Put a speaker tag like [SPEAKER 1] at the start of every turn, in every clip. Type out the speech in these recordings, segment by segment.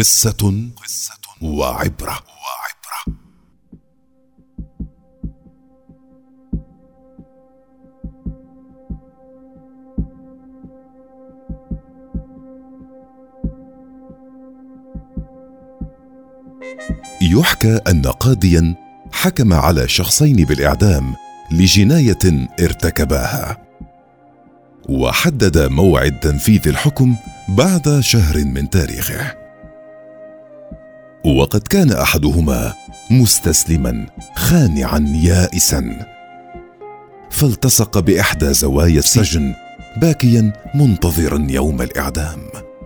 [SPEAKER 1] قصة وعبرة. يحكى أن قاضيا حكم على شخصين بالإعدام لجناية ارتكباها، وحدد موعد تنفيذ الحكم بعد شهر من تاريخه. وقد كان أحدهما مستسلما خانعا يائسا، فالتصق بإحدى زوايا السجن باكيا منتظرا يوم الإعدام.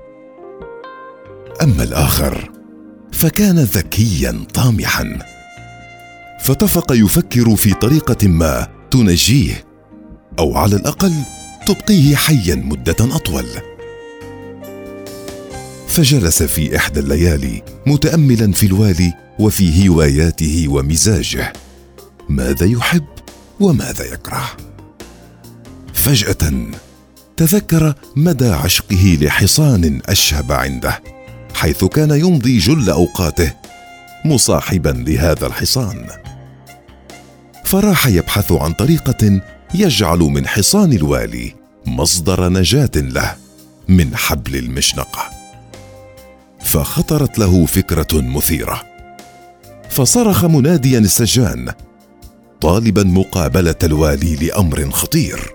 [SPEAKER 1] أما الآخر فكان ذكيا طامحا، فاتفق يفكر في طريقة ما تنجيه، أو على الأقل تبقيه حيا مدة أطول. فجلس في إحدى الليالي متأملا في الوالي وفي هواياته ومزاجه، ماذا يحب وماذا يكره. فجأة تذكر مدى عشقه لحصان أشهب عنده، حيث كان يمضي جل أوقاته مصاحبا لهذا الحصان. فراح يبحث عن طريقة يجعل من حصان الوالي مصدر نجاة له من حبل المشنقة. فخطرت له فكرة مثيرة، فصرخ مناديا السجان طالبا مقابلة الوالي لأمر خطير.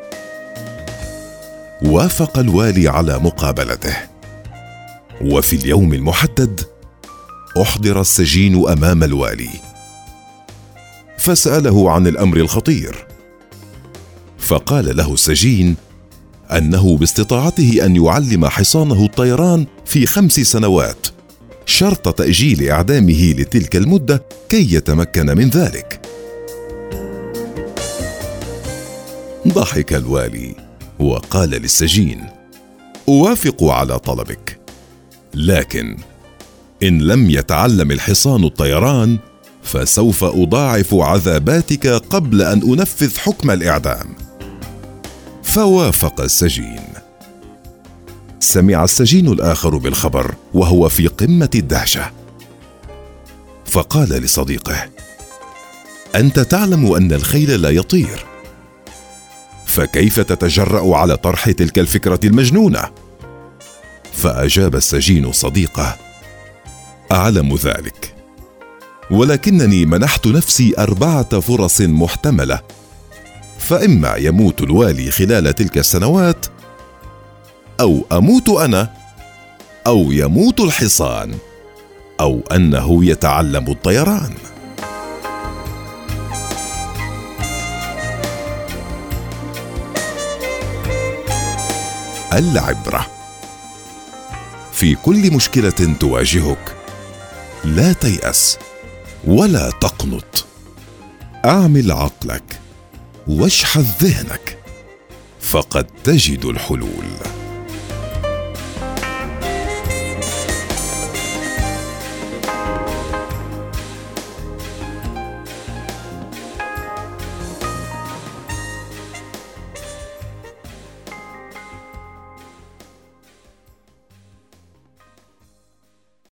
[SPEAKER 1] وافق الوالي على مقابلته، وفي اليوم المحدد أحضر السجين أمام الوالي، فسأله عن الأمر الخطير. فقال له السجين أنه باستطاعته أن يعلم حصانه الطيران في 5 سنوات، شرط تأجيل إعدامه لتلك المدة كي يتمكن من ذلك. ضحك الوالي وقال للسجين: أوافق على طلبك، لكن إن لم يتعلم الحصان الطيران فسوف أضاعف عذاباتك قبل أن أنفذ حكم الإعدام. فوافق السجين. سمع السجين الآخر بالخبر وهو في قمة الدهشة، فقال لصديقه: أنت تعلم أن الخيل لا يطير، فكيف تتجرأ على طرح تلك الفكرة المجنونة؟ فأجاب السجين صديقه: أعلم ذلك، ولكنني منحت نفسي 4 فرص محتملة، فإما يموت الوالي خلال تلك السنوات، أو أموت أنا، أو يموت الحصان، أو أنه يتعلم الطيران. العبرة: في كل مشكلة تواجهك لا تيأس ولا تقنط، أعمل عقلك واشحذ ذهنك، فقد تجد الحلول.